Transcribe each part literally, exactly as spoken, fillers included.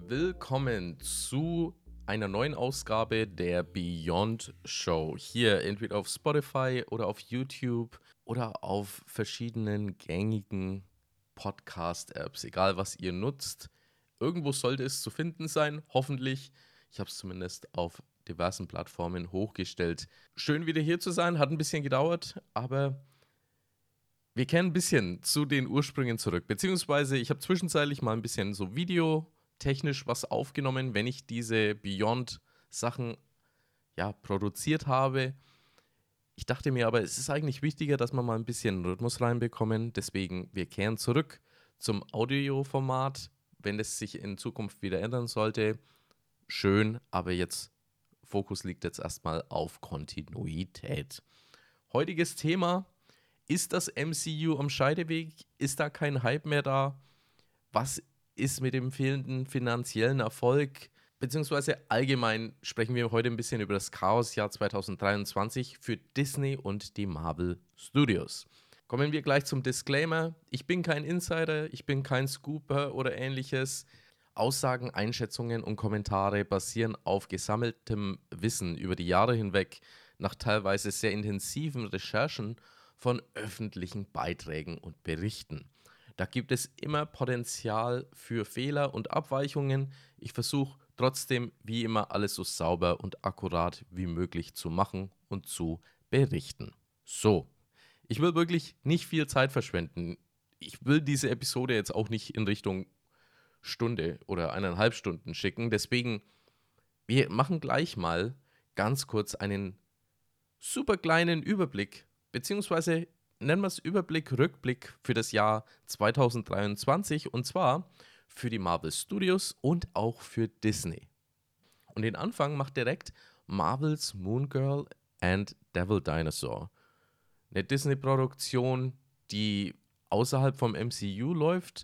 Willkommen zu einer neuen Ausgabe der Beyond Show. Hier entweder auf Spotify oder auf YouTube oder auf verschiedenen gängigen Podcast-Apps. Egal, was ihr nutzt. Irgendwo sollte es zu finden sein, hoffentlich. Ich habe es zumindest auf diversen Plattformen hochgestellt. Schön wieder hier zu sein, hat ein bisschen gedauert, aber wir kehren ein bisschen zu den Ursprüngen zurück. Beziehungsweise ich habe zwischenzeitlich mal ein bisschen so videotechnisch was aufgenommen, wenn ich diese Beyond-Sachen ja, produziert habe. Ich dachte mir aber, es ist eigentlich wichtiger, dass wir mal ein bisschen Rhythmus reinbekommen. Deswegen, wir kehren zurück zum Audioformat. Wenn es sich in Zukunft wieder ändern sollte, schön, aber jetzt Fokus liegt jetzt erstmal auf Kontinuität. Heutiges Thema: Ist das M C U am Scheideweg? Ist da kein Hype mehr da? Was ist mit dem fehlenden finanziellen Erfolg? Beziehungsweise allgemein sprechen wir heute ein bisschen über das Chaosjahr zwanzig dreiundzwanzig für Disney und die Marvel Studios. Kommen wir gleich zum Disclaimer. Ich bin kein Insider, ich bin kein Scooper oder ähnliches. Aussagen, Einschätzungen und Kommentare basieren auf gesammeltem Wissen über die Jahre hinweg, nach teilweise sehr intensiven Recherchen von öffentlichen Beiträgen und Berichten. Da gibt es immer Potenzial für Fehler und Abweichungen. Ich versuche trotzdem, wie immer, alles so sauber und akkurat wie möglich zu machen und zu berichten. So, ich will wirklich nicht viel Zeit verschwenden. Ich will diese Episode jetzt auch nicht in Richtung Stunde oder eineinhalb Stunden schicken. Deswegen, wir machen gleich mal ganz kurz einen super kleinen Überblick, beziehungsweise nennen wir es Überblick, Rückblick für das Jahr zwanzig dreiundzwanzig, und zwar für die Marvel Studios und auch für Disney. Und den Anfang macht direkt Marvels Moon Girl and Devil Dinosaur. Eine Disney-Produktion, die außerhalb vom M C U läuft,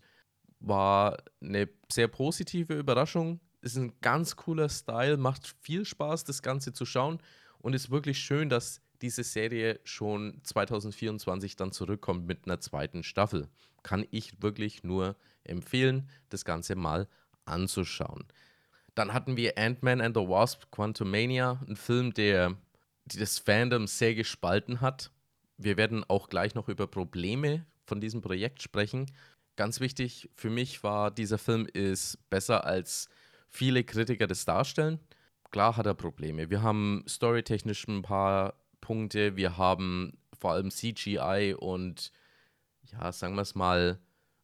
war eine sehr positive Überraschung. Ist ein ganz cooler Style, macht viel Spaß, das Ganze zu schauen, und ist wirklich schön, dass diese Serie schon zwanzig vierundzwanzig dann zurückkommt mit einer zweiten Staffel. Kann ich wirklich nur empfehlen, das Ganze mal anzuschauen. Dann hatten wir Ant-Man and the Wasp: Quantumania, ein Film, der das Fandom sehr gespalten hat. Wir werden auch gleich noch über Probleme von diesem Projekt sprechen. Ganz wichtig für mich war, dieser Film ist besser, als viele Kritiker das darstellen. Klar hat er Probleme. Wir haben storytechnisch ein paar Punkte, wir haben vor allem C G I und, ja, sagen wir es mal,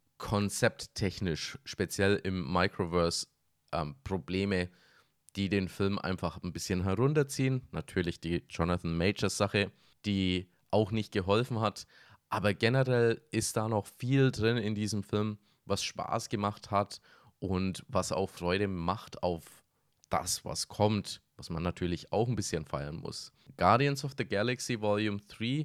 konzepttechnisch, speziell im Microverse, ähm, Probleme, die den Film einfach ein bisschen herunterziehen. Natürlich die Jonathan Majors-Sache, die auch nicht geholfen hat. Aber generell ist da noch viel drin in diesem Film, was Spaß gemacht hat und was auch Freude macht auf das, was kommt, was man natürlich auch ein bisschen feiern muss. Guardians of the Galaxy Volume drei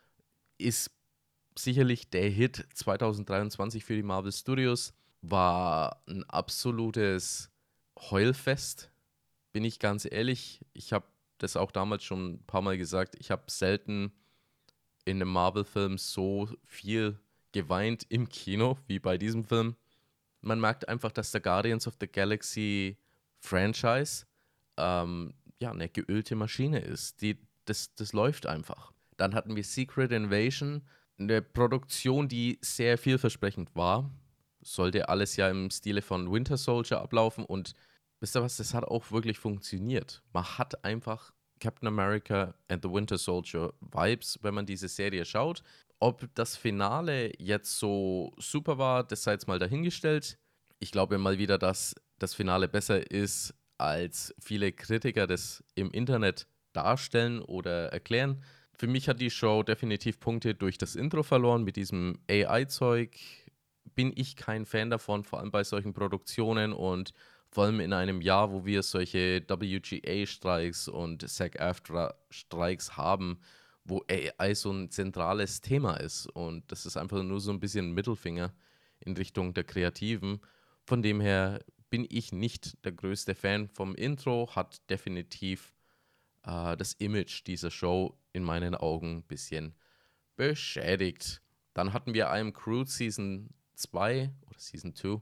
ist sicherlich der Hit zwanzig dreiundzwanzig für die Marvel Studios. War ein absolutes Heulfest, bin ich ganz ehrlich. Ich habe das auch damals schon ein paar Mal gesagt. Ich habe selten in einem Marvel-Film so viel geweint im Kino wie bei diesem Film. Man merkt einfach, dass der Guardians of the Galaxy Franchise ähm, ja, eine geölte Maschine ist. Die, das, das läuft einfach. Dann hatten wir Secret Invasion, eine Produktion, die sehr vielversprechend war. Sollte alles ja im Stile von Winter Soldier ablaufen, und wisst ihr was, das hat auch wirklich funktioniert. Man hat einfach Captain America and the Winter Soldier Vibes, wenn man diese Serie schaut. Ob das Finale jetzt so super war, das sei jetzt mal dahingestellt. Ich glaube mal wieder, dass das Finale besser ist, als viele Kritiker das im Internet darstellen oder erklären. Für mich hat die Show definitiv Punkte durch das Intro verloren. Mit diesem A I-Zeug bin ich kein Fan davon, vor allem bei solchen Produktionen und vor allem in einem Jahr, wo wir solche W G A-Streiks und SAG-AFTRA-Streiks haben, wo A I so ein zentrales Thema ist. Und das ist einfach nur so ein bisschen ein Mittelfinger in Richtung der Kreativen. Von dem her bin ich nicht der größte Fan vom Intro, hat definitiv äh, das Image dieser Show in meinen Augen ein bisschen beschädigt. Dann hatten wir I Am Groot Season zwei oder Season zwei.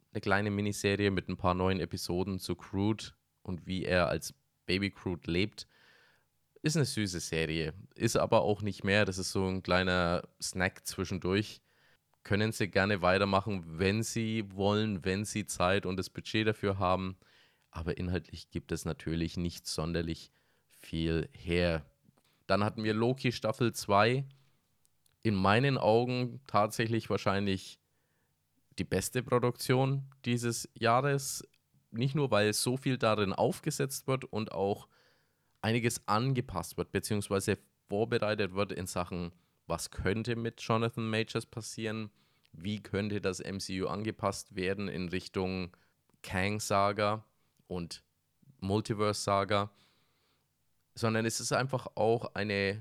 eine kleine Miniserie mit ein paar neuen Episoden zu Groot und wie er als Baby Groot lebt. Ist eine süße Serie, ist aber auch nicht mehr. Das ist so ein kleiner Snack zwischendurch. Können sie gerne weitermachen, wenn sie wollen, wenn sie Zeit und das Budget dafür haben. Aber inhaltlich gibt es natürlich nicht sonderlich viel her. Dann hatten wir Loki Staffel zwei. In meinen Augen tatsächlich wahrscheinlich die beste Produktion dieses Jahres. Nicht nur, weil so viel darin aufgesetzt wird und auch einiges angepasst wird, beziehungsweise vorbereitet wird in Sachen, was könnte mit Jonathan Majors passieren, wie könnte das M C U angepasst werden in Richtung Kang-Saga und Multiverse-Saga, sondern es ist einfach auch eine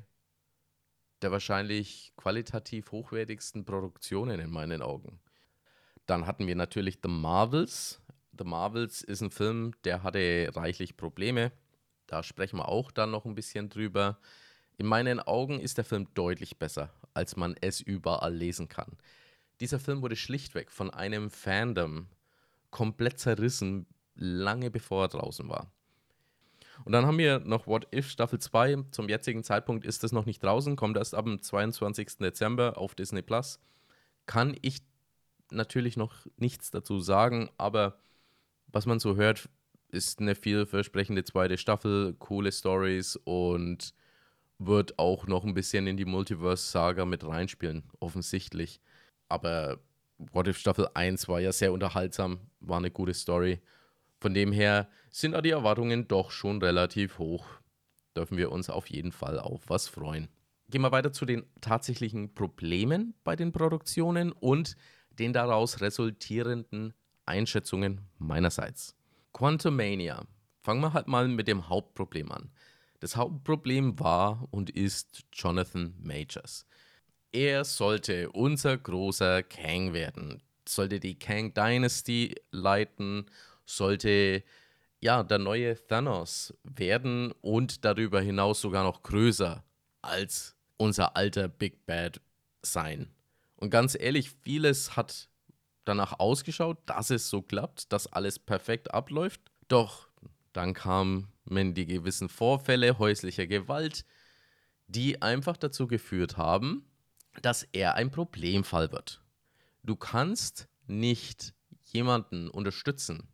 der wahrscheinlich qualitativ hochwertigsten Produktionen in meinen Augen. Dann hatten wir natürlich The Marvels. The Marvels ist ein Film, der hatte reichlich Probleme. Da sprechen wir auch dann noch ein bisschen drüber. In meinen Augen ist der Film deutlich besser, als man es überall lesen kann. Dieser Film wurde schlichtweg von einem Fandom komplett zerrissen, lange bevor er draußen war. Und dann haben wir noch What If Staffel zwei. Zum jetzigen Zeitpunkt ist das noch nicht draußen, kommt erst ab dem zweiundzwanzigsten Dezember auf Disney Plus. Kann ich natürlich noch nichts dazu sagen, aber was man so hört, ist eine vielversprechende zweite Staffel, coole Stories und wird auch noch ein bisschen in die Multiverse-Saga mit reinspielen, offensichtlich. Aber What If Staffel eins war ja sehr unterhaltsam, war eine gute Story. Von dem her sind da die Erwartungen doch schon relativ hoch. Dürfen wir uns auf jeden Fall auf was freuen. Gehen wir weiter zu den tatsächlichen Problemen bei den Produktionen und den daraus resultierenden Einschätzungen meinerseits. Quantumania. Fangen wir halt mal mit dem Hauptproblem an. Das Hauptproblem war und ist Jonathan Majors. Er sollte unser großer Kang werden, sollte die Kang Dynasty leiten, sollte ja der neue Thanos werden und darüber hinaus sogar noch größer als unser alter Big Bad sein. Und ganz ehrlich, vieles hat danach ausgeschaut, dass es so klappt, dass alles perfekt abläuft. Doch dann kamen die gewissen Vorfälle häuslicher Gewalt, die einfach dazu geführt haben, dass er ein Problemfall wird. Du kannst nicht jemanden unterstützen,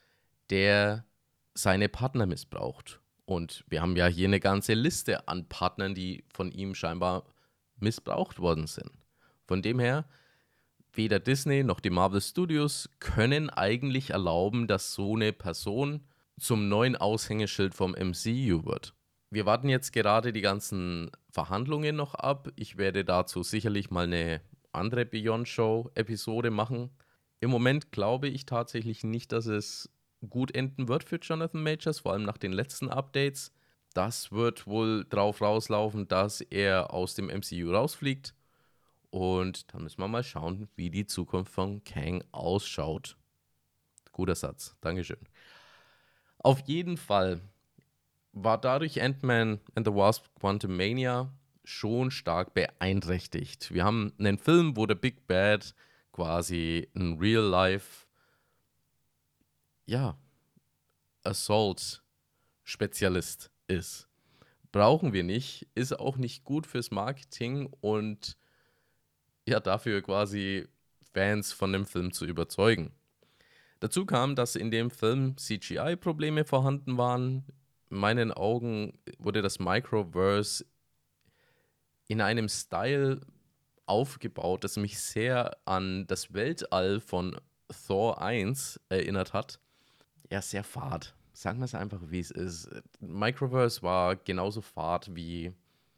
der seine Partner missbraucht. Und wir haben ja hier eine ganze Liste an Partnern, die von ihm scheinbar missbraucht worden sind. Von dem her, weder Disney noch die Marvel Studios können eigentlich erlauben, dass so eine Person zum neuen Aushängeschild vom M C U wird. Wir warten jetzt gerade die ganzen Verhandlungen noch ab. Ich werde dazu sicherlich mal eine andere Beyond Show-Episode machen. Im Moment glaube ich tatsächlich nicht, dass es gut enden wird für Jonathan Majors, vor allem nach den letzten Updates. Das wird wohl drauf rauslaufen, dass er aus dem M C U rausfliegt. Und dann müssen wir mal schauen, wie die Zukunft von Kang ausschaut. Guter Satz, Dankeschön. Auf jeden Fall war dadurch Ant-Man and the Wasp Quantumania schon stark beeinträchtigt. Wir haben einen Film, wo der Big Bad quasi ein Real-Life, ja, Assault-Spezialist ist. Brauchen wir nicht, ist auch nicht gut fürs Marketing und ja, dafür quasi Fans von dem Film zu überzeugen. Dazu kam, dass in dem Film C G I-Probleme vorhanden waren. In meinen Augen wurde das Microverse in einem Style aufgebaut, das mich sehr an das Weltall von Thor eins erinnert hat. Ja, sehr fad. Sagen wir es einfach, wie es ist. Microverse war genauso fad wie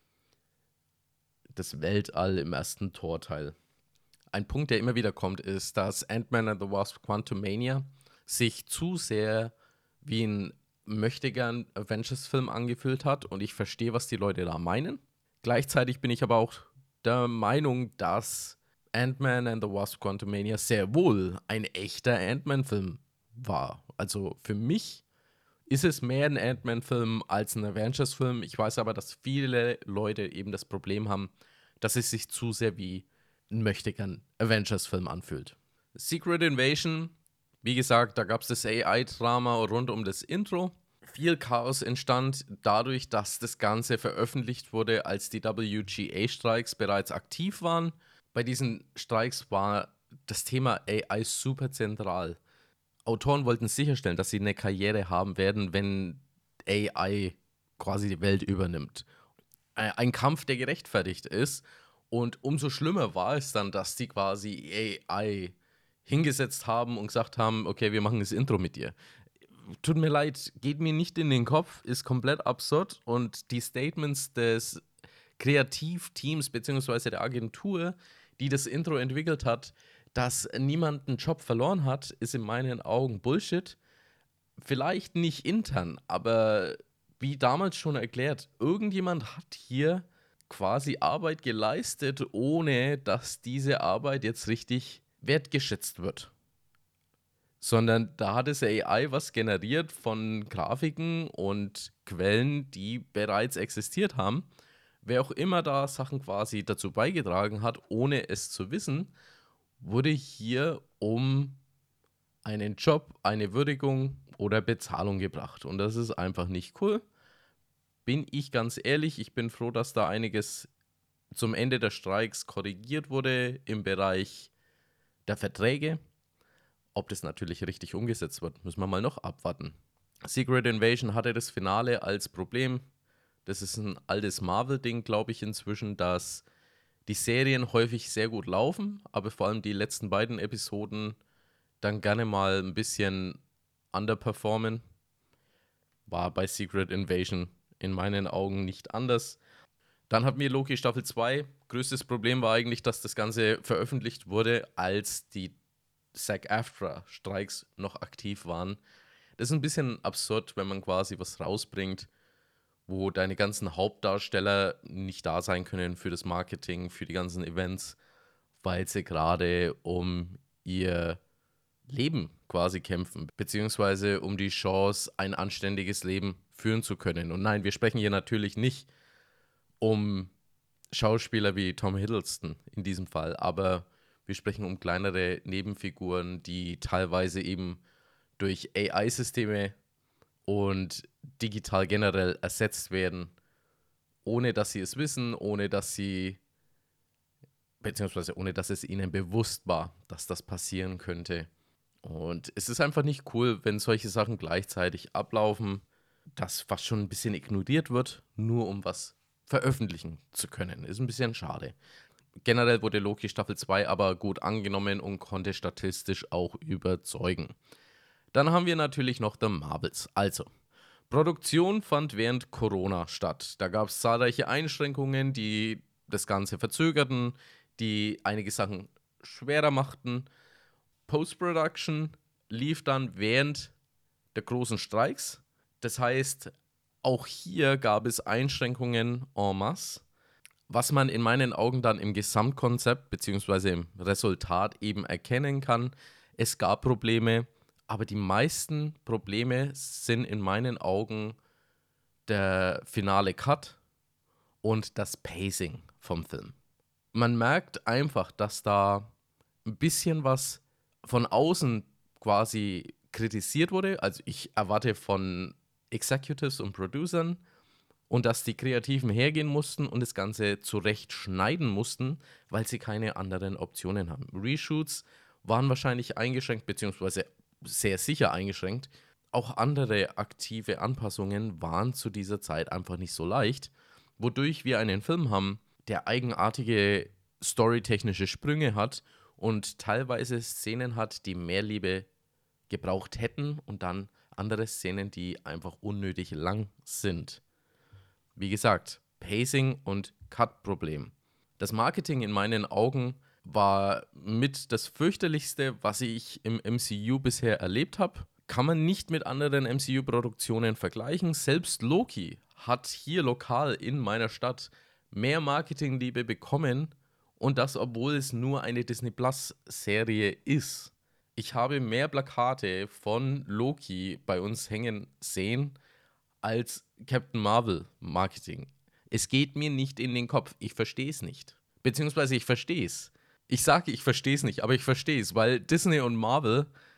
das Weltall im ersten Thor-Teil. Ein Punkt, der immer wieder kommt, ist, dass Ant-Man and the Wasp Quantumania sich zu sehr wie ein möchtegern Avengers-Film angefühlt hat und ich verstehe, was die Leute da meinen. Gleichzeitig bin ich aber auch der Meinung, dass Ant-Man and the Wasp Quantumania sehr wohl ein echter Ant-Man-Film war. Also für mich ist es mehr ein Ant-Man-Film als ein Avengers-Film. Ich weiß aber, dass viele Leute eben das Problem haben, dass es sich zu sehr wie ein möchtegern Avengers-Film anfühlt. Secret Invasion Wie gesagt, da gab es das A I-Drama rund um das Intro. Viel Chaos entstand dadurch, dass das Ganze veröffentlicht wurde, als die W G A-Streiks bereits aktiv waren. Bei diesen Streiks war das Thema A I super zentral. Autoren wollten sicherstellen, dass sie eine Karriere haben werden, wenn A I quasi die Welt übernimmt. Ein Kampf, der gerechtfertigt ist. Und umso schlimmer war es dann, dass die quasi A I hingesetzt haben und gesagt haben, okay, wir machen das Intro mit dir. Tut mir leid, geht mir nicht in den Kopf, ist komplett absurd. Und die Statements des Kreativteams bzw. der Agentur, die das Intro entwickelt hat, dass niemand einen Job verloren hat, ist in meinen Augen Bullshit. Vielleicht nicht intern, aber wie damals schon erklärt, irgendjemand hat hier quasi Arbeit geleistet, ohne dass diese Arbeit jetzt richtig wertgeschätzt wird. Sondern da hat das A I was generiert von Grafiken und Quellen, die bereits existiert haben. Wer auch immer da Sachen quasi dazu beigetragen hat, ohne es zu wissen, wurde hier um einen Job, eine Würdigung oder Bezahlung gebracht. Und das ist einfach nicht cool. Bin ich ganz ehrlich, ich bin froh, dass da einiges zum Ende der Streiks korrigiert wurde im Bereich der Verträge. Ob das natürlich richtig umgesetzt wird, müssen wir mal noch abwarten. Secret Invasion hatte das Finale als Problem. Das ist ein altes Marvel-Ding, glaube ich, inzwischen, dass die Serien häufig sehr gut laufen, aber vor allem die letzten beiden Episoden dann gerne mal ein bisschen underperformen. War bei Secret Invasion in meinen Augen nicht anders. Dann hatten wir Loki Staffel zwei. Größtes Problem war eigentlich, dass das Ganze veröffentlicht wurde, als die SAG-AFTRA-Streiks noch aktiv waren. Das ist ein bisschen absurd, wenn man quasi was rausbringt, wo deine ganzen Hauptdarsteller nicht da sein können für das Marketing, für die ganzen Events, weil sie gerade um ihr Leben quasi kämpfen, beziehungsweise um die Chance, ein anständiges Leben führen zu können. Und nein, wir sprechen hier natürlich nicht um Schauspieler wie Tom Hiddleston in diesem Fall, aber wir sprechen um kleinere Nebenfiguren, die teilweise eben durch A I-Systeme und digital generell ersetzt werden, ohne dass sie es wissen, ohne dass sie, beziehungsweise ohne dass es ihnen bewusst war, dass das passieren könnte. Und es ist einfach nicht cool, wenn solche Sachen gleichzeitig ablaufen, dass was schon ein bisschen ignoriert wird, nur um was veröffentlichen zu können. Ist ein bisschen schade. Generell wurde Loki Staffel zwei aber gut angenommen und konnte statistisch auch überzeugen. Dann haben wir natürlich noch The Marvels. Also, Produktion fand während Corona statt. Da gab es zahlreiche Einschränkungen, die das Ganze verzögerten, die einige Sachen schwerer machten. Post-Production lief dann während der großen Streiks. Das heißt, auch hier gab es Einschränkungen en masse, was man in meinen Augen dann im Gesamtkonzept bzw. im Resultat eben erkennen kann. Es gab Probleme, aber die meisten Probleme sind in meinen Augen der finale Cut und das Pacing vom Film. Man merkt einfach, dass da ein bisschen was von außen quasi kritisiert wurde. Also ich erwarte von Executives und Producern und dass die Kreativen hergehen mussten und das Ganze zurecht schneiden mussten, weil sie keine anderen Optionen haben. Reshoots waren wahrscheinlich eingeschränkt, beziehungsweise sehr sicher eingeschränkt. Auch andere aktive Anpassungen waren zu dieser Zeit einfach nicht so leicht, wodurch wir einen Film haben, der eigenartige storytechnische Sprünge hat und teilweise Szenen hat, die mehr Liebe gebraucht hätten und dann andere Szenen, die einfach unnötig lang sind. Wie gesagt, Pacing und Cut-Problem. Das Marketing in meinen Augen war mit das fürchterlichste, was ich im M C U bisher erlebt habe. Kann man nicht mit anderen M C U-Produktionen vergleichen. Selbst Loki hat hier lokal in meiner Stadt mehr Marketingliebe bekommen und das, obwohl es nur eine Disney-Plus-Serie ist. Ich habe mehr Plakate von Loki bei uns hängen sehen als Captain Marvel Marketing. Es geht mir nicht in den Kopf. Ich verstehe es nicht. Beziehungsweise ich verstehe es. Ich sage, ich verstehe es nicht, aber ich verstehe es, weil Disney und Marvel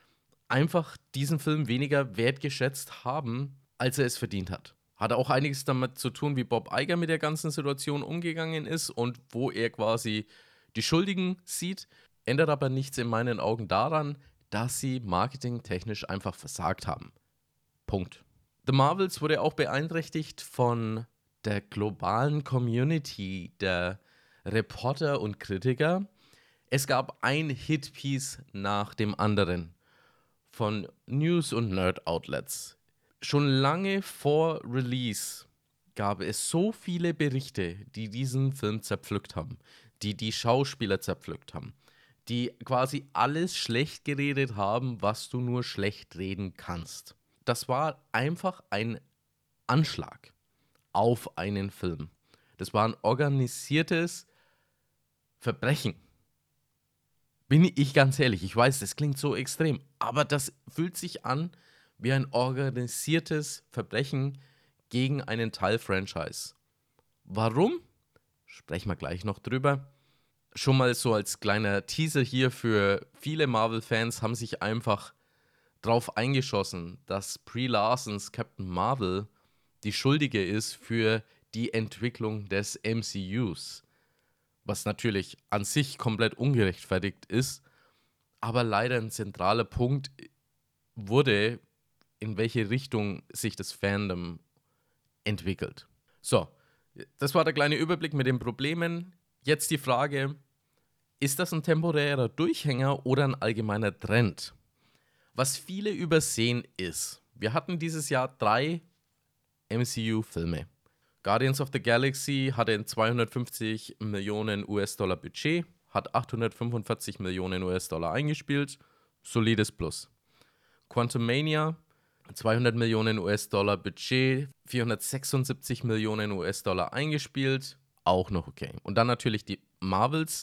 einfach diesen Film weniger wertgeschätzt haben, als er es verdient hat. Hat auch einiges damit zu tun, wie Bob Iger mit der ganzen Situation umgegangen ist und wo er quasi die Schuldigen sieht. Ändert aber nichts in meinen Augen daran, dass sie marketingtechnisch einfach versagt haben. Punkt. The Marvels wurde auch beeinträchtigt von der globalen Community der Reporter und Kritiker. Es gab ein Hitpiece nach dem anderen von News- und Nerd-Outlets. Schon lange vor Release gab es so viele Berichte, die diesen Film zerpflückt haben, die die Schauspieler zerpflückt haben, die quasi alles schlecht geredet haben, was du nur schlecht reden kannst. Das war einfach ein Anschlag auf einen Film. Das war ein organisiertes Verbrechen. Bin ich ganz ehrlich, ich weiß, das klingt so extrem, aber das fühlt sich an wie ein organisiertes Verbrechen gegen einen Teil-Franchise. Warum? Sprechen wir gleich noch drüber. Schon mal so als kleiner Teaser hier für viele Marvel-Fans haben sich einfach drauf eingeschossen, dass Brie Larsons Captain Marvel die Schuldige ist für die Entwicklung des M C Us. Was natürlich an sich komplett ungerechtfertigt ist, aber leider ein zentraler Punkt wurde, in welche Richtung sich das Fandom entwickelt. So, das war der kleine Überblick mit den Problemen. Jetzt die Frage, ist das ein temporärer Durchhänger oder ein allgemeiner Trend? Was viele übersehen ist, wir hatten dieses Jahr drei M C U-Filme. Guardians of the Galaxy hatte ein zweihundertfünfzig Millionen U S-Dollar Budget, hat achthundertfünfundvierzig Millionen U S-Dollar eingespielt, solides Plus. Quantumania, zweihundert Millionen U S-Dollar Budget, vierhundertsechsundsiebzig Millionen U S-Dollar eingespielt, auch noch okay. Und dann natürlich die Marvels,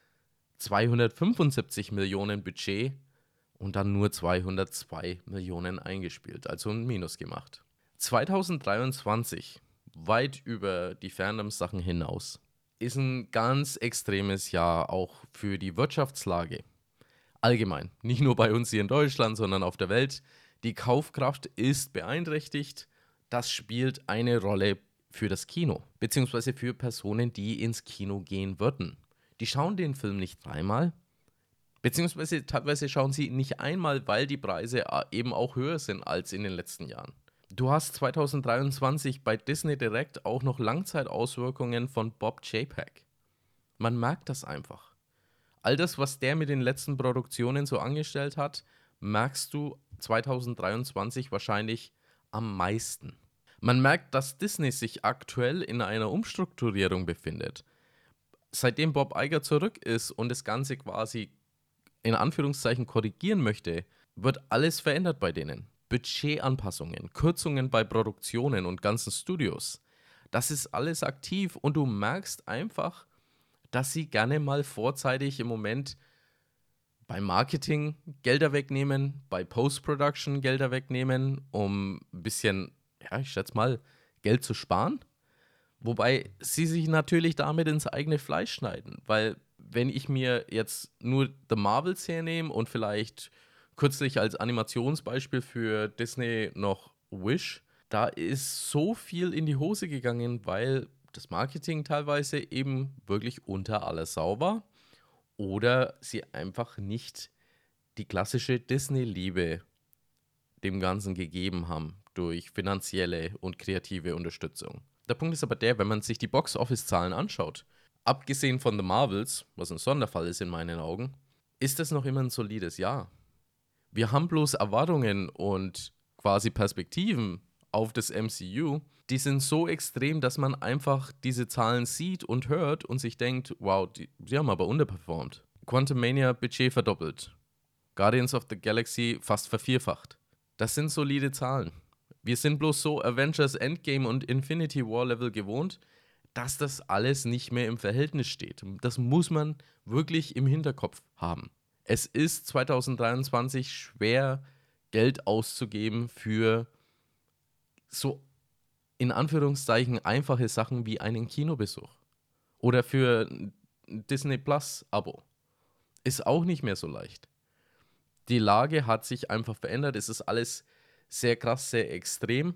zweihundertfünfundsiebzig Millionen Budget und dann nur zweihundertzwei Millionen eingespielt, also ein Minus gemacht. zweitausenddreiundzwanzig, weit über die Fandom-Sachen hinaus, ist ein ganz extremes Jahr auch für die Wirtschaftslage. Allgemein, nicht nur bei uns hier in Deutschland, sondern auf der Welt. Die Kaufkraft ist beeinträchtigt. Das spielt eine Rolle für das Kino, beziehungsweise für Personen, die ins Kino gehen würden. Die schauen den Film nicht dreimal, beziehungsweise teilweise schauen sie nicht einmal, weil die Preise eben auch höher sind als in den letzten Jahren. Du hast zweitausenddreiundzwanzig bei Disney Direct auch noch Langzeitauswirkungen von Bob Chapek. Man merkt das einfach. All das, was der mit den letzten Produktionen so angestellt hat, merkst du zweitausenddreiundzwanzig wahrscheinlich am meisten. Man merkt, dass Disney sich aktuell in einer Umstrukturierung befindet. Seitdem Bob Iger zurück ist und das Ganze quasi in Anführungszeichen korrigieren möchte, wird alles verändert bei denen. Budgetanpassungen, Kürzungen bei Produktionen und ganzen Studios. Das ist alles aktiv und du merkst einfach, dass sie gerne mal vorzeitig im Moment beim Marketing Gelder wegnehmen, bei Post-Production Gelder wegnehmen, um ein bisschen, ja, ich schätze mal, Geld zu sparen. Wobei sie sich natürlich damit ins eigene Fleisch schneiden, weil wenn ich mir jetzt nur The Marvels hernehme und vielleicht kürzlich als Animationsbeispiel für Disney noch Wish, da ist so viel in die Hose gegangen, weil das Marketing teilweise eben wirklich unter aller Sau war oder sie einfach nicht die klassische Disney-Liebe dem Ganzen gegeben haben durch finanzielle und kreative Unterstützung. Der Punkt ist aber der, wenn man sich die Box-Office-Zahlen anschaut, abgesehen von The Marvels, was ein Sonderfall ist in meinen Augen, ist das noch immer ein solides Jahr. Wir haben bloß Erwartungen und quasi Perspektiven auf das M C U, die sind so extrem, dass man einfach diese Zahlen sieht und hört und sich denkt, wow, die, die haben aber underperformed. Quantumania Budget verdoppelt. Guardians of the Galaxy fast vervierfacht. Das sind solide Zahlen. Wir sind bloß so Avengers Endgame und Infinity War Level gewohnt, dass das alles nicht mehr im Verhältnis steht. Das muss man wirklich im Hinterkopf haben. Es ist zweitausenddreiundzwanzig schwer, Geld auszugeben für so in Anführungszeichen einfache Sachen wie einen Kinobesuch oder für ein Disney Plus Abo. Ist auch nicht mehr so leicht. Die Lage hat sich einfach verändert. Es ist alles sehr krass, sehr extrem.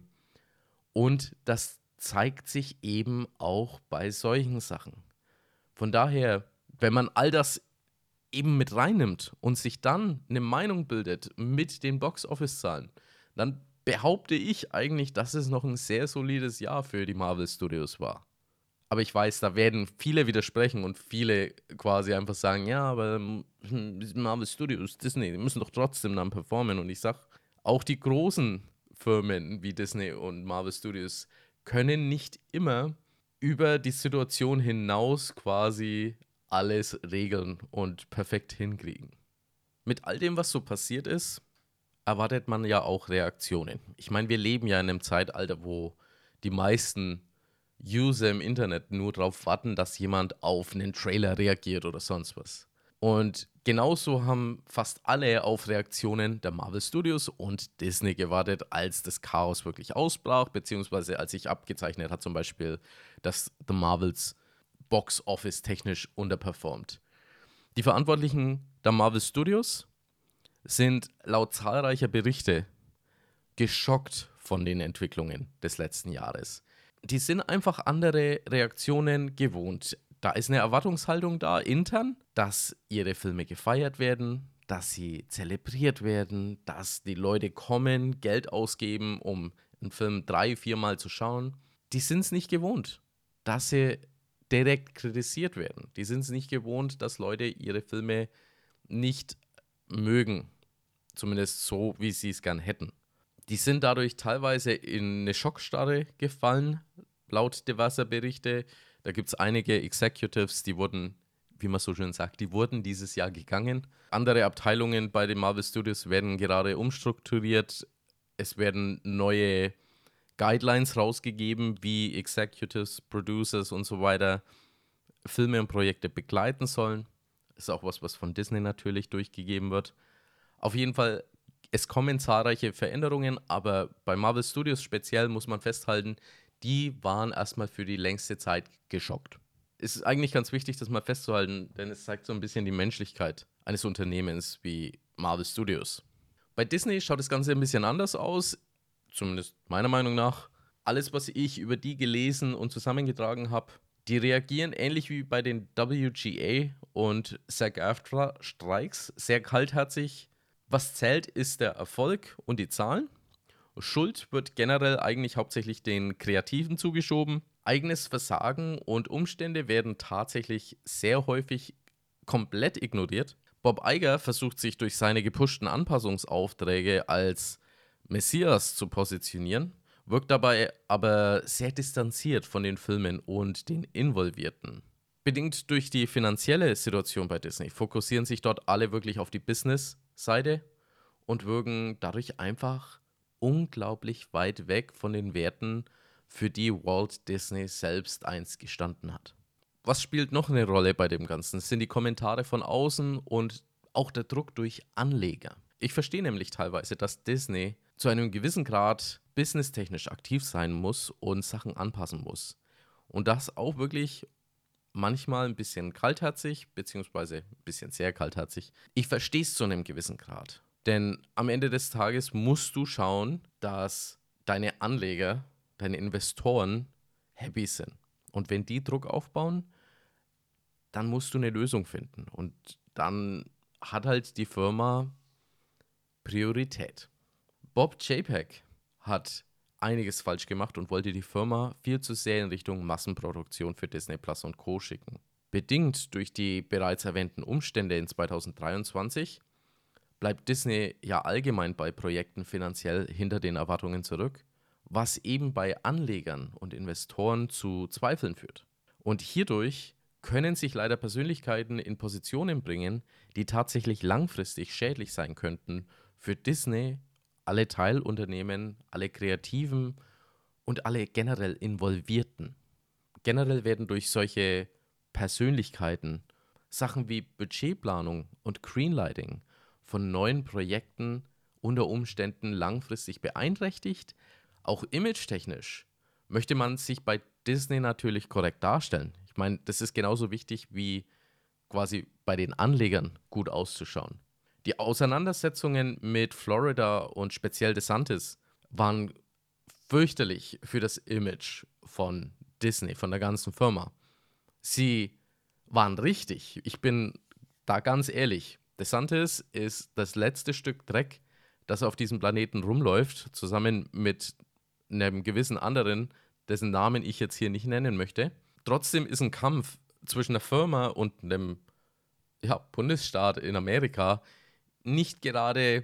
Und das zeigt sich eben auch bei solchen Sachen. Von daher, wenn man all das eben mit reinnimmt und sich dann eine Meinung bildet mit den Box-Office-Zahlen, dann behaupte ich eigentlich, dass es noch ein sehr solides Jahr für die Marvel Studios war. Aber ich weiß, da werden viele widersprechen und viele quasi einfach sagen, ja, aber hm, Marvel Studios, Disney, die müssen doch trotzdem dann performen. Und ich sag, auch die großen Firmen wie Disney und Marvel Studios können nicht immer über die Situation hinaus quasi alles regeln und perfekt hinkriegen. Mit all dem, was so passiert ist, erwartet man ja auch Reaktionen. Ich meine, wir leben ja in einem Zeitalter, wo die meisten User im Internet nur darauf warten, dass jemand auf einen Trailer reagiert oder sonst was. Und genauso haben fast alle auf Reaktionen der Marvel Studios und Disney gewartet, als das Chaos wirklich ausbrach, beziehungsweise als sich abgezeichnet hat, zum Beispiel, dass The Marvels Box Office technisch unterperformt. Die Verantwortlichen der Marvel Studios sind laut zahlreicher Berichte geschockt von den Entwicklungen des letzten Jahres. Die sind einfach andere Reaktionen gewohnt. Da ist eine Erwartungshaltung da intern, dass ihre Filme gefeiert werden, dass sie zelebriert werden, dass die Leute kommen, Geld ausgeben, um einen Film drei, viermal zu schauen. Die sind es nicht gewohnt, dass sie direkt kritisiert werden. Die sind es nicht gewohnt, dass Leute ihre Filme nicht mögen. Zumindest so, wie sie es gern hätten. Die sind dadurch teilweise in eine Schockstarre gefallen, laut diverser Berichte. Da gibt es einige Executives, die wurden, wie man so schön sagt, die wurden dieses Jahr gegangen. Andere Abteilungen bei den Marvel Studios werden gerade umstrukturiert. Es werden neue Guidelines rausgegeben, wie Executives, Producers und so weiter Filme und Projekte begleiten sollen. Ist auch was, was von Disney natürlich durchgegeben wird. Auf jeden Fall, es kommen zahlreiche Veränderungen, aber bei Marvel Studios speziell muss man festhalten, die waren erstmal für die längste Zeit geschockt. Es ist eigentlich ganz wichtig, das mal festzuhalten, denn es zeigt so ein bisschen die Menschlichkeit eines Unternehmens wie Marvel Studios. Bei Disney schaut das Ganze ein bisschen anders aus, zumindest meiner Meinung nach. Alles, was ich über die gelesen und zusammengetragen habe, die reagieren ähnlich wie bei den W G A und SAG-AFTRA-Streiks sehr kaltherzig. Was zählt, ist der Erfolg und die Zahlen. Schuld wird generell eigentlich hauptsächlich den Kreativen zugeschoben. Eigenes Versagen und Umstände werden tatsächlich sehr häufig komplett ignoriert. Bob Iger versucht sich durch seine gepushten Anpassungsaufträge als Messias zu positionieren, wirkt dabei aber sehr distanziert von den Filmen und den Involvierten. Bedingt durch die finanzielle Situation bei Disney fokussieren sich dort alle wirklich auf die Business-Seite und wirken dadurch einfach unglaublich weit weg von den Werten, für die Walt Disney selbst einst gestanden hat. Was spielt noch eine Rolle bei dem Ganzen? Das sind die Kommentare von außen und auch der Druck durch Anleger. Ich verstehe nämlich teilweise, dass Disney zu einem gewissen Grad businesstechnisch aktiv sein muss und Sachen anpassen muss. Und das auch wirklich manchmal ein bisschen kaltherzig, beziehungsweise ein bisschen sehr kaltherzig. Ich verstehe es zu einem gewissen Grad. Denn am Ende des Tages musst du schauen, dass deine Anleger, deine Investoren happy sind. Und wenn die Druck aufbauen, dann musst du eine Lösung finden. Und dann hat halt die Firma Priorität. Bob Chapek hat einiges falsch gemacht und wollte die Firma viel zu sehr in Richtung Massenproduktion für Disney Plus und Co. schicken. Bedingt durch die bereits erwähnten Umstände in zwanzig dreiundzwanzig bleibt Disney ja allgemein bei Projekten finanziell hinter den Erwartungen zurück, was eben bei Anlegern und Investoren zu Zweifeln führt. Und hierdurch können sich leider Persönlichkeiten in Positionen bringen, die tatsächlich langfristig schädlich sein könnten für Disney, alle Teilunternehmen, alle Kreativen und alle generell Involvierten. Generell werden durch solche Persönlichkeiten Sachen wie Budgetplanung und Greenlighting von neuen Projekten unter Umständen langfristig beeinträchtigt. Auch imagetechnisch möchte man sich bei Disney natürlich korrekt darstellen. Ich meine, das ist genauso wichtig wie quasi bei den Anlegern gut auszuschauen. Die Auseinandersetzungen mit Florida und speziell DeSantis waren fürchterlich für das Image von Disney, von der ganzen Firma. Sie waren richtig. Ich bin da ganz ehrlich. DeSantis ist das letzte Stück Dreck, das auf diesem Planeten rumläuft, zusammen mit einem gewissen anderen, dessen Namen ich jetzt hier nicht nennen möchte. Trotzdem ist ein Kampf zwischen einer Firma und einem ja, Bundesstaat in Amerika nicht gerade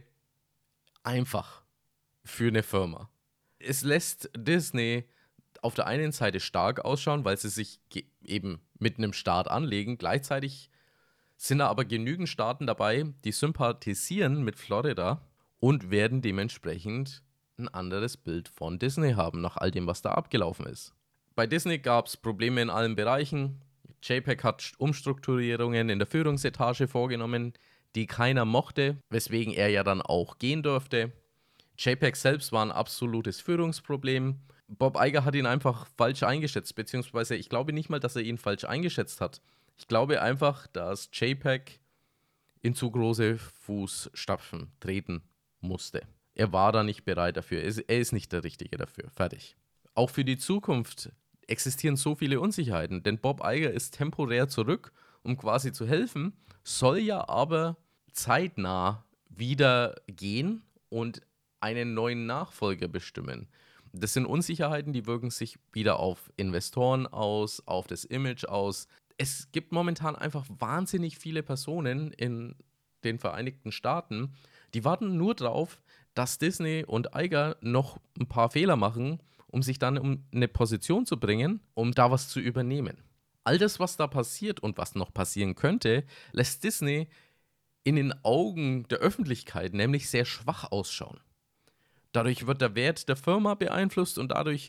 einfach für eine Firma. Es lässt Disney auf der einen Seite stark ausschauen, weil sie sich ge- eben mit einem Staat anlegen. Gleichzeitig sind da aber genügend Staaten dabei, die sympathisieren mit Florida und werden dementsprechend ein anderes Bild von Disney haben, nach all dem, was da abgelaufen ist. Bei Disney gab es Probleme in allen Bereichen. J PEG hat Umstrukturierungen in der Führungsetage vorgenommen, die keiner mochte, weswegen er ja dann auch gehen durfte. J PEG selbst war ein absolutes Führungsproblem. Bob Iger hat ihn einfach falsch eingeschätzt, beziehungsweise ich glaube nicht mal, dass er ihn falsch eingeschätzt hat. Ich glaube einfach, dass J PEG in zu große Fußstapfen treten musste. Er war da nicht bereit dafür. Er ist, er ist nicht der Richtige dafür. Fertig. Auch für die Zukunft existieren so viele Unsicherheiten, denn Bob Iger ist temporär zurück, um quasi zu helfen, soll ja aber zeitnah wieder gehen und einen neuen Nachfolger bestimmen. Das sind Unsicherheiten, die wirken sich wieder auf Investoren aus, auf das Image aus. Es gibt momentan einfach wahnsinnig viele Personen in den Vereinigten Staaten, die warten nur drauf, dass Disney und Iger noch ein paar Fehler machen, um sich dann um eine Position zu bringen, um da was zu übernehmen. All das, was da passiert und was noch passieren könnte, lässt Disney in den Augen der Öffentlichkeit nämlich sehr schwach ausschauen. Dadurch wird der Wert der Firma beeinflusst und dadurch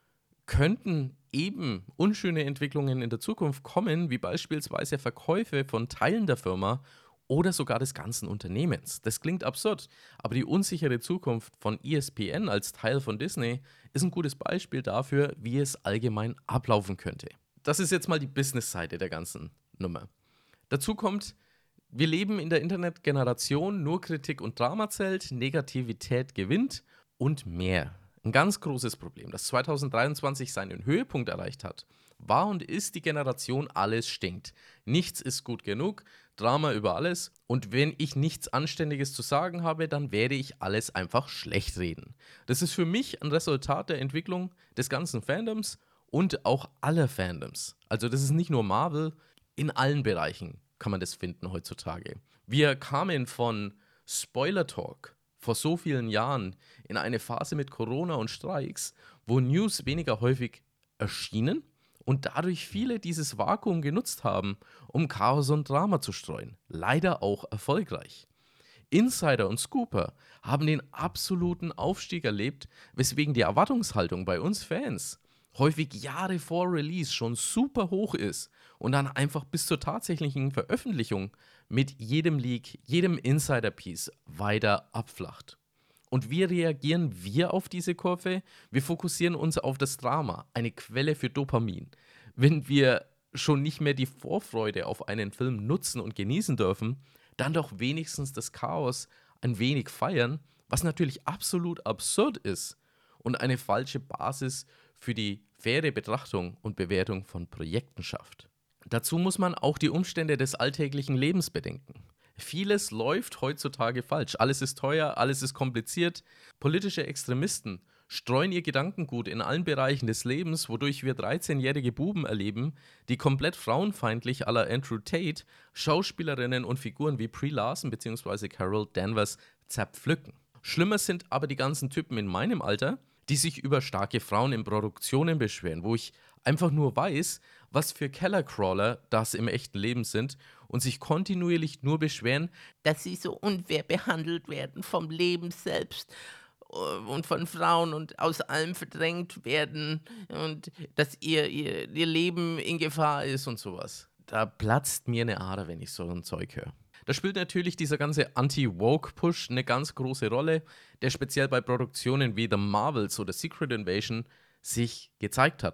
könnten eben unschöne Entwicklungen in der Zukunft kommen, wie beispielsweise Verkäufe von Teilen der Firma oder sogar des ganzen Unternehmens. Das klingt absurd, aber die unsichere Zukunft von E S P N als Teil von Disney ist ein gutes Beispiel dafür, wie es allgemein ablaufen könnte. Das ist jetzt mal die Business-Seite der ganzen Nummer. Dazu kommt, wir leben in der Internetgeneration, nur Kritik und Drama zählt, Negativität gewinnt und mehr. Ein ganz großes Problem, das zwanzig dreiundzwanzig seinen Höhepunkt erreicht hat, war und ist die Generation alles stinkt. Nichts ist gut genug, Drama über alles und wenn ich nichts Anständiges zu sagen habe, dann werde ich alles einfach schlecht reden. Das ist für mich ein Resultat der Entwicklung des ganzen Fandoms und auch aller Fandoms. Also das ist nicht nur Marvel, in allen Bereichen kann man das finden heutzutage. Wir kamen von Spoiler Talk vor so vielen Jahren in eine Phase mit Corona und Streiks, wo News weniger häufig erschienen und dadurch viele dieses Vakuum genutzt haben, um Chaos und Drama zu streuen. Leider auch erfolgreich. Insider und Scooper haben den absoluten Aufstieg erlebt, weswegen die Erwartungshaltung bei uns Fans häufig Jahre vor Release schon super hoch ist und dann einfach bis zur tatsächlichen Veröffentlichung mit jedem Leak, jedem Insider-Piece weiter abflacht. Und wie reagieren wir auf diese Kurve? Wir fokussieren uns auf das Drama, eine Quelle für Dopamin. Wenn wir schon nicht mehr die Vorfreude auf einen Film nutzen und genießen dürfen, dann doch wenigstens das Chaos ein wenig feiern, was natürlich absolut absurd ist und eine falsche Basis für die faire Betrachtung und Bewertung von Projekten schafft. Dazu muss man auch die Umstände des alltäglichen Lebens bedenken. Vieles läuft heutzutage falsch. Alles ist teuer, alles ist kompliziert. Politische Extremisten streuen ihr Gedankengut in allen Bereichen des Lebens, wodurch wir dreizehnjährige Buben erleben, die komplett frauenfeindlich à la Andrew Tate Schauspielerinnen und Figuren wie Brie Larson bzw. Carol Danvers zerpflücken. Schlimmer sind aber die ganzen Typen in meinem Alter, die sich über starke Frauen in Produktionen beschweren, wo ich einfach nur weiß, was für Kellercrawler das im echten Leben sind und sich kontinuierlich nur beschweren, dass sie so unfair behandelt werden vom Leben selbst äh, und von Frauen und aus allem verdrängt werden und dass ihr, ihr, ihr Leben in Gefahr ist und sowas. da platzt mir eine Ader, wenn ich so ein Zeug höre. Da spielt natürlich dieser ganze Anti-Woke-Push eine ganz große Rolle, der speziell bei Produktionen wie The Marvels oder Secret Invasion sich gezeigt hat.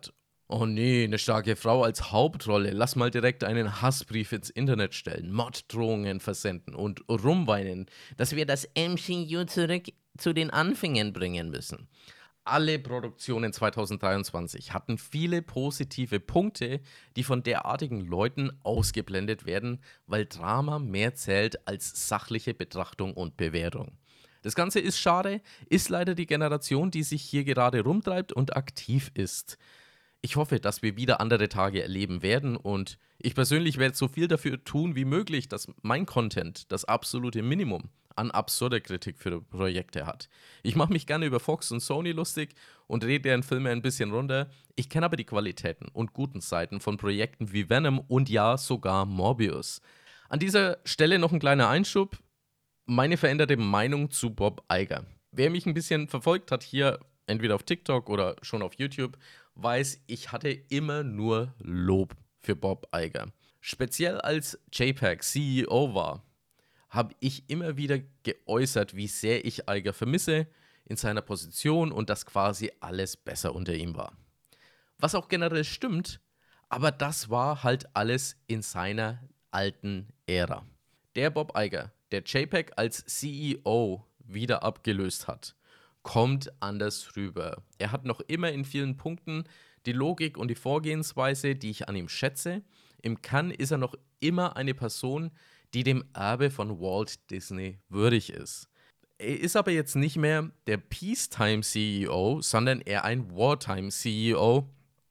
Oh nee, eine starke Frau als Hauptrolle. Lass mal direkt einen Hassbrief ins Internet stellen, Morddrohungen versenden und rumweinen, dass wir das M C U zurück zu den Anfängen bringen müssen. Alle Produktionen zwanzig dreiundzwanzig hatten viele positive Punkte, die von derartigen Leuten ausgeblendet werden, weil Drama mehr zählt als sachliche Betrachtung und Bewertung. Das Ganze ist schade, ist leider die Generation, die sich hier gerade rumtreibt und aktiv ist. Ich hoffe, dass wir wieder andere Tage erleben werden und ich persönlich werde so viel dafür tun wie möglich, dass mein Content das absolute Minimum an absurder Kritik für Projekte hat. Ich mache mich gerne über Fox und Sony lustig und rede deren Filme ein bisschen runter. Ich kenne aber die Qualitäten und guten Seiten von Projekten wie Venom und ja sogar Morbius. An dieser Stelle noch ein kleiner Einschub. Meine veränderte Meinung zu Bob Iger. Wer mich ein bisschen verfolgt hat hier, entweder auf TikTok oder schon auf YouTube, weiß, ich hatte immer nur Lob für Bob Iger. Speziell als JPEG C E O war, habe ich immer wieder geäußert, wie sehr ich Iger vermisse in seiner Position und dass quasi alles besser unter ihm war. Was auch generell stimmt, aber das war halt alles in seiner alten Ära. Der Bob Iger, der JPEG als C E O wieder abgelöst hat, kommt anders rüber. Er hat noch immer in vielen Punkten die Logik und die Vorgehensweise, die ich an ihm schätze. Im Kern ist er noch immer eine Person, die dem Erbe von Walt Disney würdig ist. Er ist aber jetzt nicht mehr der Peacetime-C E O, sondern eher ein Wartime-C E O,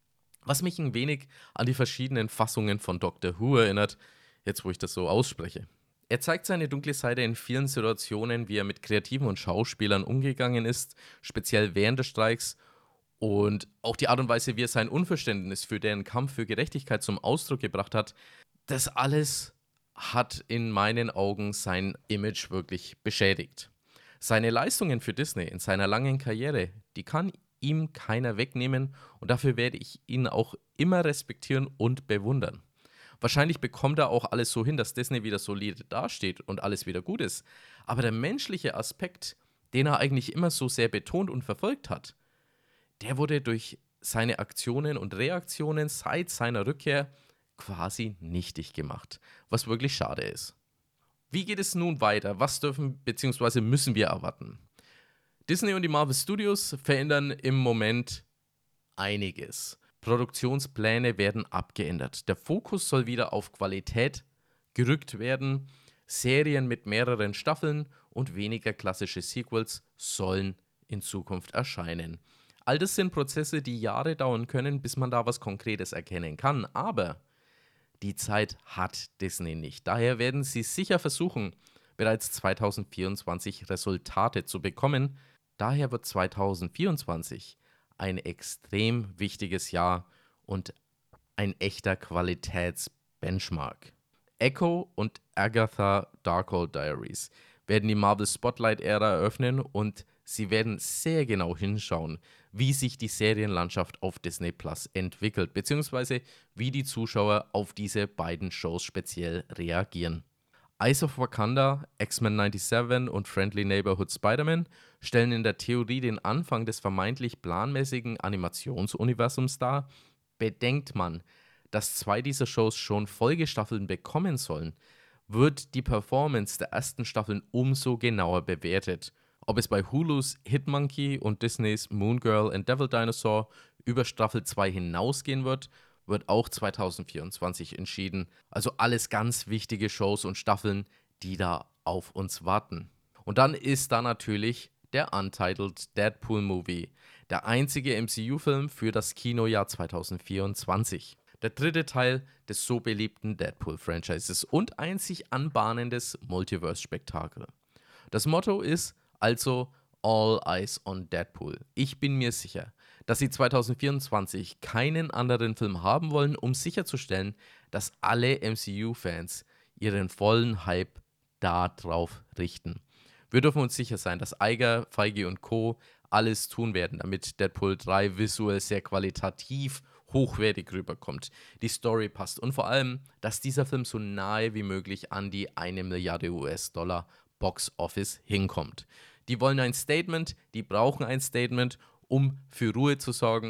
was mich ein wenig an die verschiedenen Fassungen von Doctor Who erinnert, jetzt wo ich das so ausspreche. Er zeigt seine dunkle Seite in vielen Situationen, wie er mit Kreativen und Schauspielern umgegangen ist, speziell während des Streiks, und auch die Art und Weise, wie er sein Unverständnis für deren Kampf für Gerechtigkeit zum Ausdruck gebracht hat. Das alles hat in meinen Augen sein Image wirklich beschädigt. Seine Leistungen für Disney in seiner langen Karriere, die kann ihm keiner wegnehmen und dafür werde ich ihn auch immer respektieren und bewundern. Wahrscheinlich bekommt er auch alles so hin, dass Disney wieder solide dasteht und alles wieder gut ist. Aber der menschliche Aspekt, den er eigentlich immer so sehr betont und verfolgt hat, der wurde durch seine Aktionen und Reaktionen seit seiner Rückkehr quasi nichtig gemacht, was wirklich schade ist. Wie geht es nun weiter? Was dürfen bzw. müssen wir erwarten? Disney und die Marvel Studios verändern im Moment einiges. Produktionspläne werden abgeändert. Der Fokus soll wieder auf Qualität gerückt werden. Serien mit mehreren Staffeln und weniger klassische Sequels sollen in Zukunft erscheinen. All das sind Prozesse, die Jahre dauern können, bis man da was Konkretes erkennen kann. Aber die Zeit hat Disney nicht. Daher werden sie sicher versuchen, bereits zwanzig vierundzwanzig Resultate zu bekommen. Daher wird zwanzig vierundzwanzig ein extrem wichtiges Jahr und ein echter Qualitätsbenchmark. Echo und Agatha Darkhold Diaries werden die Marvel Spotlight-Ära eröffnen und sie werden sehr genau hinschauen, wie sich die Serienlandschaft auf Disney Plus entwickelt, beziehungsweise wie die Zuschauer auf diese beiden Shows speziell reagieren. Eyes of Wakanda, X-Men siebenundneunzig und Friendly Neighborhood Spider-Man stellen in der Theorie den Anfang des vermeintlich planmäßigen Animationsuniversums dar. Bedenkt man, dass zwei dieser Shows schon Folgestaffeln bekommen sollen, wird die Performance der ersten Staffeln umso genauer bewertet. Ob es bei Hulus Hitmonkey und Disneys Moon Girl and Devil Dinosaur über Staffel zwei hinausgehen wird, wird auch zwanzig vierundzwanzig entschieden. Also alles ganz wichtige Shows und Staffeln, die da auf uns warten. Und dann ist da natürlich der Untitled Deadpool Movie, der einzige M C U-Film für das Kinojahr zwanzig vierundzwanzig. Der dritte Teil des so beliebten Deadpool-Franchises und einzig anbahnendes Multiverse-Spektakel. Das Motto ist also All Eyes on Deadpool. Ich bin mir sicher, dass sie zwanzig vierundzwanzig keinen anderen Film haben wollen, um sicherzustellen, dass alle M C U-Fans ihren vollen Hype darauf richten. Wir dürfen uns sicher sein, dass Iger, Feige und Co. alles tun werden, damit Deadpool drei visuell sehr qualitativ hochwertig rüberkommt, die Story passt und vor allem, dass dieser Film so nahe wie möglich an die eine Milliarde U S-Dollar Box Office hinkommt. Die wollen ein Statement, die brauchen ein Statement, um für Ruhe zu sorgen.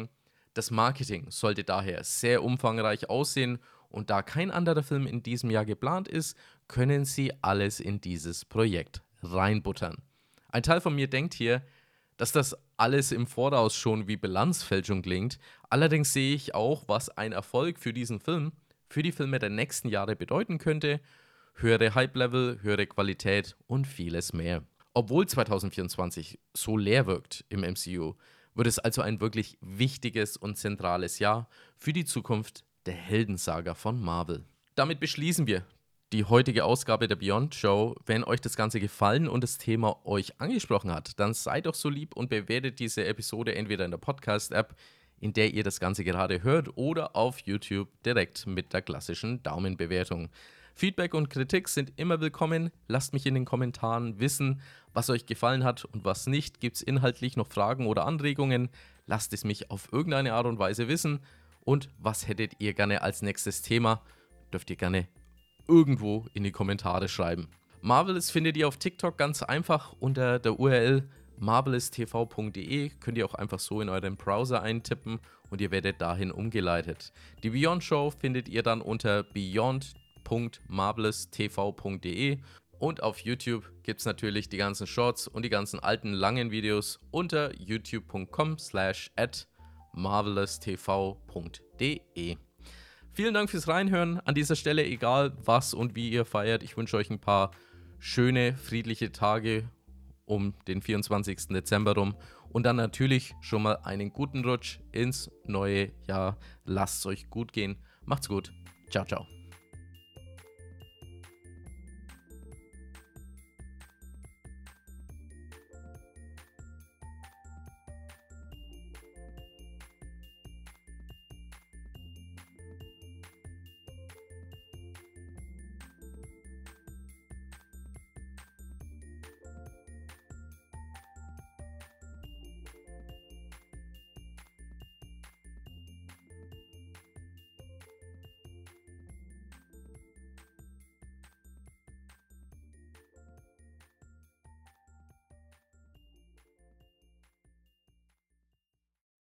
Das Marketing sollte daher sehr umfangreich aussehen und da kein anderer Film in diesem Jahr geplant ist, können Sie alles in dieses Projekt reinbuttern. Ein Teil von mir denkt hier, dass das alles im Voraus schon wie Bilanzfälschung klingt, allerdings sehe ich auch, was ein Erfolg für diesen Film, für die Filme der nächsten Jahre bedeuten könnte, höhere Hype-Level, höhere Qualität und vieles mehr. Obwohl zwanzig vierundzwanzig so leer wirkt im M C U, wird es also ein wirklich wichtiges und zentrales Jahr für die Zukunft der Heldensaga von Marvel. Damit beschließen wir die heutige Ausgabe der Beyond Show. Wenn euch das Ganze gefallen und das Thema euch angesprochen hat, dann seid doch so lieb und bewertet diese Episode entweder in der Podcast-App, in der ihr das Ganze gerade hört, oder auf YouTube direkt mit der klassischen Daumenbewertung. Feedback und Kritik sind immer willkommen. Lasst mich in den Kommentaren wissen, was euch gefallen hat und was nicht. Gibt es inhaltlich noch Fragen oder Anregungen? Lasst es mich auf irgendeine Art und Weise wissen. Und was hättet ihr gerne als nächstes Thema? Dürft ihr gerne irgendwo in die Kommentare schreiben. Marvelous findet ihr auf TikTok ganz einfach unter der U R L marvelous t v punkt d e. Könnt ihr auch einfach so in euren Browser eintippen und ihr werdet dahin umgeleitet. Die Beyond Show findet ihr dann unter beyond punkt marvelous t v punkt d e und auf YouTube gibt es natürlich die ganzen Shorts und die ganzen alten langen Videos unter youtube punkt com slash at marvelous t v punkt d e. Vielen Dank fürs Reinhören. An dieser Stelle, egal was und wie ihr feiert, ich wünsche euch ein paar schöne, friedliche Tage um den vierundzwanzigsten Dezember rum und dann natürlich schon mal einen guten Rutsch ins neue Jahr. Lasst es euch gut gehen. Macht's gut. Ciao, ciao.